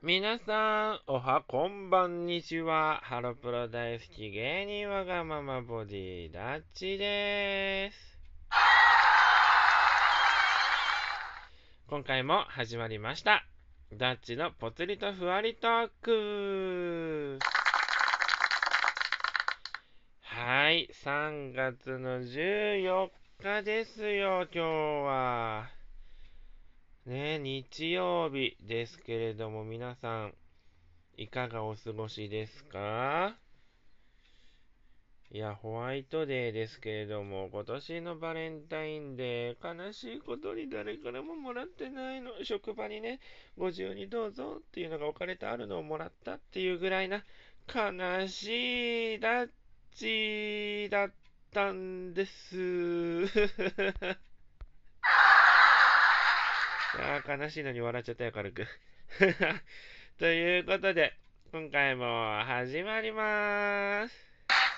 皆さん、おはこんばんにちは。ハロプロ大好き芸人わがままボディダッチです。今回も始まりました。ダッチのぽつりとふわりトーク。はい、3月の14日ですよ、今日は。ね、日曜日ですけれども、皆さん、いかがお過ごしですか？いや、ホワイトデーですけれども、今年のバレンタインデー、悲しいことに誰からももらってないの。職場にね、ご自由にどうぞっていうのが置かれてあるのをもらったっていうぐらいな、悲しいダッチだったんです。悲しいのに笑っちゃったよ、軽く。ということで、今回も始まります。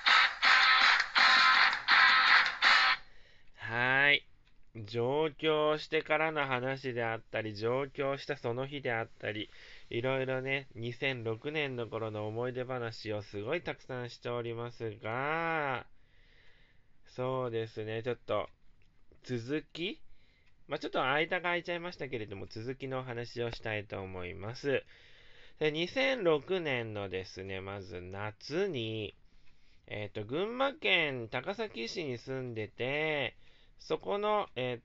はい。上京してからの話であったり、上京したその日であったり、いろいろね、2006年の頃の思い出話をすごいたくさんしておりますが、そうですね、ちょっと続き、ちょっと間が空いちゃいましたけれども、続きのお話をしたいと思います。で、2006年のですね、まず夏に、群馬県高崎市に住んでて、そこの、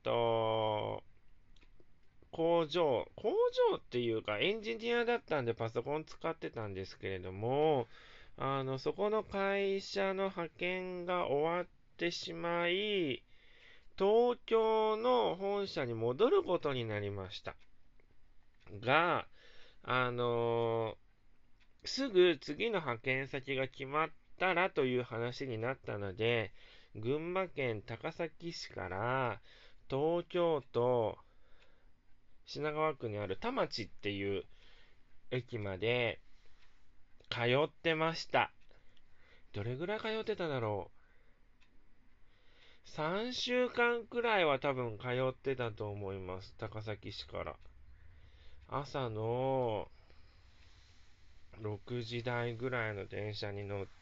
工場っていうか、エンジニアだったんでパソコン使ってたんですけれども、そこの会社の派遣が終わってしまい、東京の本社に戻ることになりました。が、あのすぐ次の派遣先が決まったらという話になったので、群馬県高崎市から東京都品川区にある田町っていう駅まで通ってました。どれぐらい通ってただろう。3週間くらいは多分通ってたと思います。高崎市から。朝の6時台ぐらいの電車に乗って、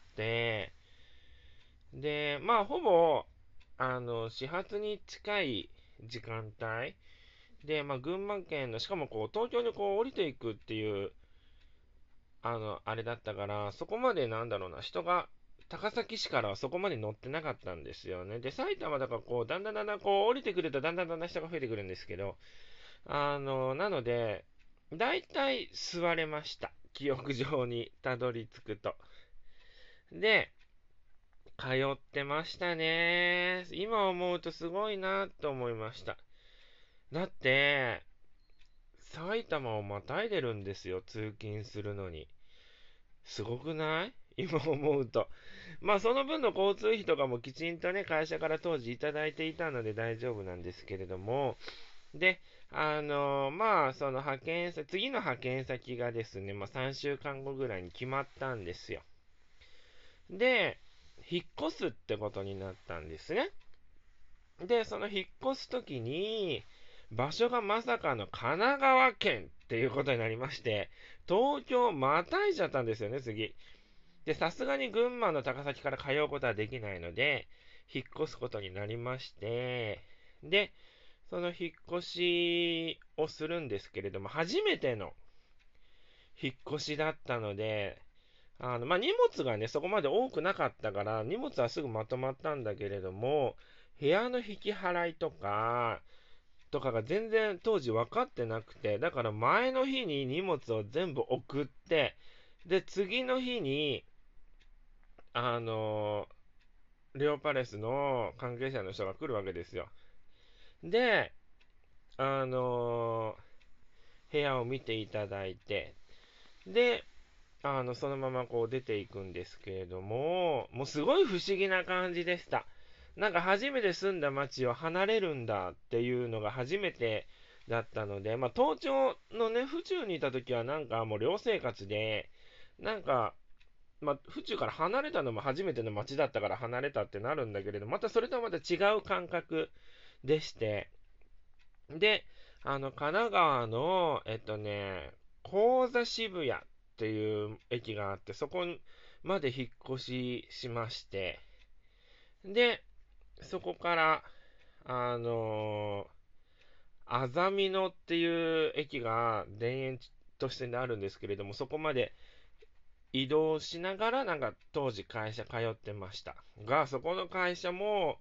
で、ほぼ、始発に近い時間帯で、群馬県の、しかも東京に降りていくっていう、あれだったから、そこまで人が、高崎市からはそこまで乗ってなかったんですよね。で、埼玉だからだんだんだんだん降りてくるとだんだん人が増えてくるんですけど、なので、だいたい座れました。記憶上にたどり着くと。で、通ってましたね。今思うとすごいなと思いました。だって、埼玉をまたいでるんですよ、通勤するのに。すごくない今思うと。その分の交通費とかもきちんとね、会社から当時いただいていたので大丈夫なんですけれども、で、その次の派遣先がですね、3週間後ぐらいに決まったんですよ。で、引っ越すってことになったんですね。で、その引っ越すときに、場所がまさかの神奈川県っていうことになりまして、東京またいじゃったんですよね、次。で、さすがに群馬の高崎から通うことはできないので、引っ越すことになりまして、で、その引っ越しをするんですけれども、初めての引っ越しだったので、荷物がね、そこまで多くなかったから、荷物はすぐまとまったんだけれども、部屋の引き払いとかが全然当時分かってなくて、だから前の日に荷物を全部送って、で、次の日に、あのレオパレスの関係者の人が来るわけですよ。で、あの部屋を見ていただいて、で、そのまま出ていくんですけれども、もうすごい不思議な感じでした。なんか初めて住んだ街を離れるんだっていうのが初めてだったので、東京のね、府中にいた時はなんかもう寮生活で、なんか、府中から離れたのも初めての街だったから離れたってなるんだけれど、またそれとはまた違う感覚でして、で、神奈川の、 高座渋谷っていう駅があって、そこまで引っ越ししまして、で、そこから、あざみ野っていう駅が田園都市線であるんですけれども、そこまで移動しながら、なんか当時会社通ってました。が、そこの会社も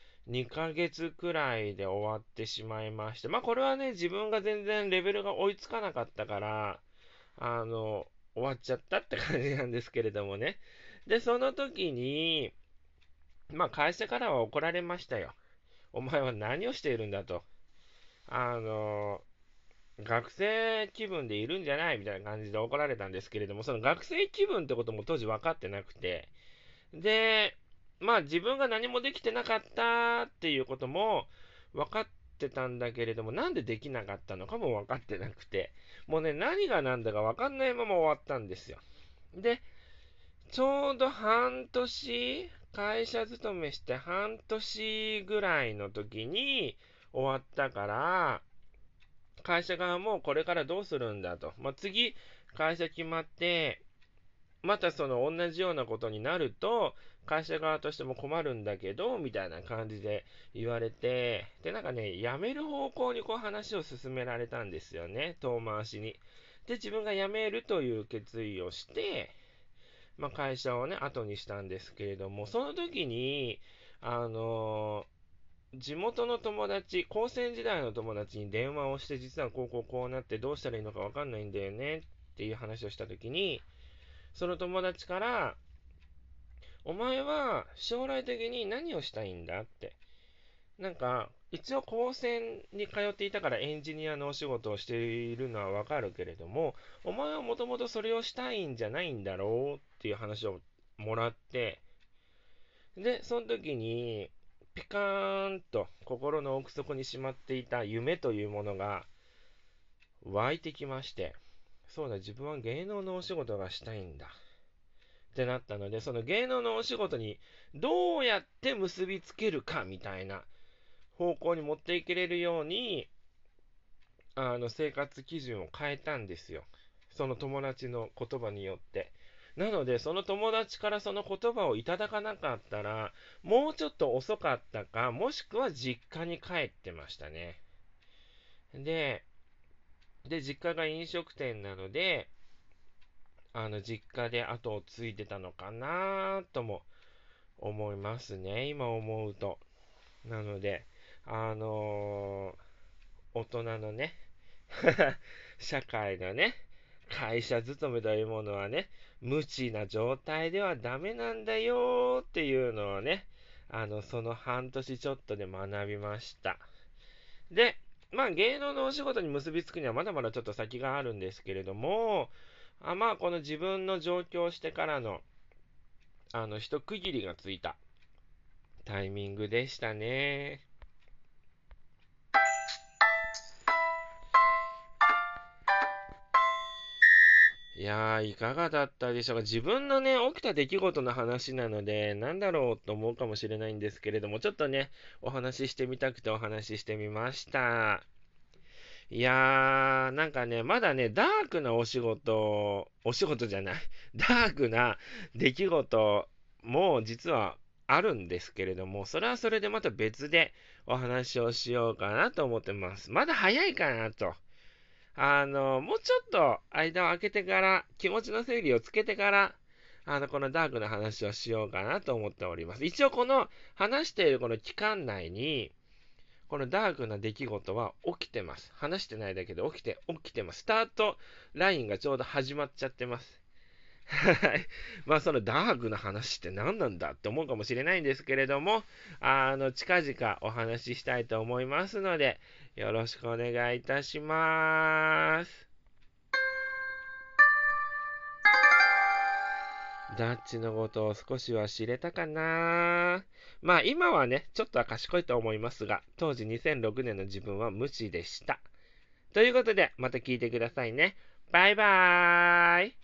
2ヶ月くらいで終わってしまいまして、まあこれはね、自分が全然レベルが追いつかなかったから、終わっちゃったって感じなんですけれどもね。で、その時に、まあ会社からは怒られましたよ。お前は何をしているんだと。あの、学生気分でいるんじゃないみたいな感じで怒られたんですけれども、その学生気分ってことも当時分かってなくて、で、まあ自分が何もできてなかったっていうことも分かってたんだけれども、なんでできなかったのかも分かってなくて、もうね、何が何だか分かんないまま終わったんですよ。で、ちょうど半年、会社勤めして半年ぐらいの時に終わったから、会社側もこれからどうするんだと。まあ、次、会社決まって、またその同じようなことになると、会社側としても困るんだけど、みたいな感じで言われて、で、なんかね、辞める方向にこう話を進められたんですよね、遠回しに。で、自分が辞めるという決意をして、まあ、会社をね、後にしたんですけれども、その時に、あの地元の友達、高専時代の友達に電話をして、実はこうなってどうしたらいいのかわかんないんだよねっていう話をしたときに、その友達から、お前は将来的に何をしたいんだって。なんか、一応高専に通っていたからエンジニアのお仕事をしているのはわかるけれども、お前はもともとそれをしたいんじゃないんだろうっていう話をもらって、で、その時に、ピカーンと心の奥底にしまっていた夢というものが湧いてきまして、そうだ、自分は芸能のお仕事がしたいんだってなったので、その芸能のお仕事にどうやって結びつけるかみたいな方向に持っていけれるように、生活基準を変えたんですよ。その友達の言葉によって。なので、その友達からその言葉をいただかなかったら、もうちょっと遅かったか、もしくは実家に帰ってましたね。で、実家が飲食店なので、実家で後を継いでたのかなとも思いますね。今思うと。なので、大人のね、社会のね、会社勤めというものはね、無知な状態ではダメなんだよっていうのをね、その半年ちょっとで学びました。で、まあ芸能のお仕事に結びつくにはまだまだちょっと先があるんですけれども、まあこの自分の上京してからの、一区切りがついたタイミングでしたね。いやー、いかがだったでしょうか。自分のね、起きた出来事の話なので、なんだろうと思うかもしれないんですけれども、ちょっとね、お話ししてみたくてお話ししてみました。いやー、なんかね、まだね、ダークなお仕事じゃない、ダークな出来事も実はあるんですけれども、それはそれでまた別でお話をしようかなと思ってます。まだ早いかなと。もうちょっと間を空けてから、気持ちの整理をつけてから、このダークな話をしようかなと思っております。一応この話しているこの期間内に、このダークな出来事は起きてます。話してないだけで起きてます。スタートラインがちょうど始まっちゃってます。はい。まあ、そのダークな話って何なんだって思うかもしれないんですけれども、近々お話ししたいと思いますので、よろしくお願いいたします。ダッチのことを少しは知れたかな。まあ今はね、ちょっとは賢いと思いますが、当時2006年の自分は無知でした。ということで、また聞いてくださいね。バイバーイ。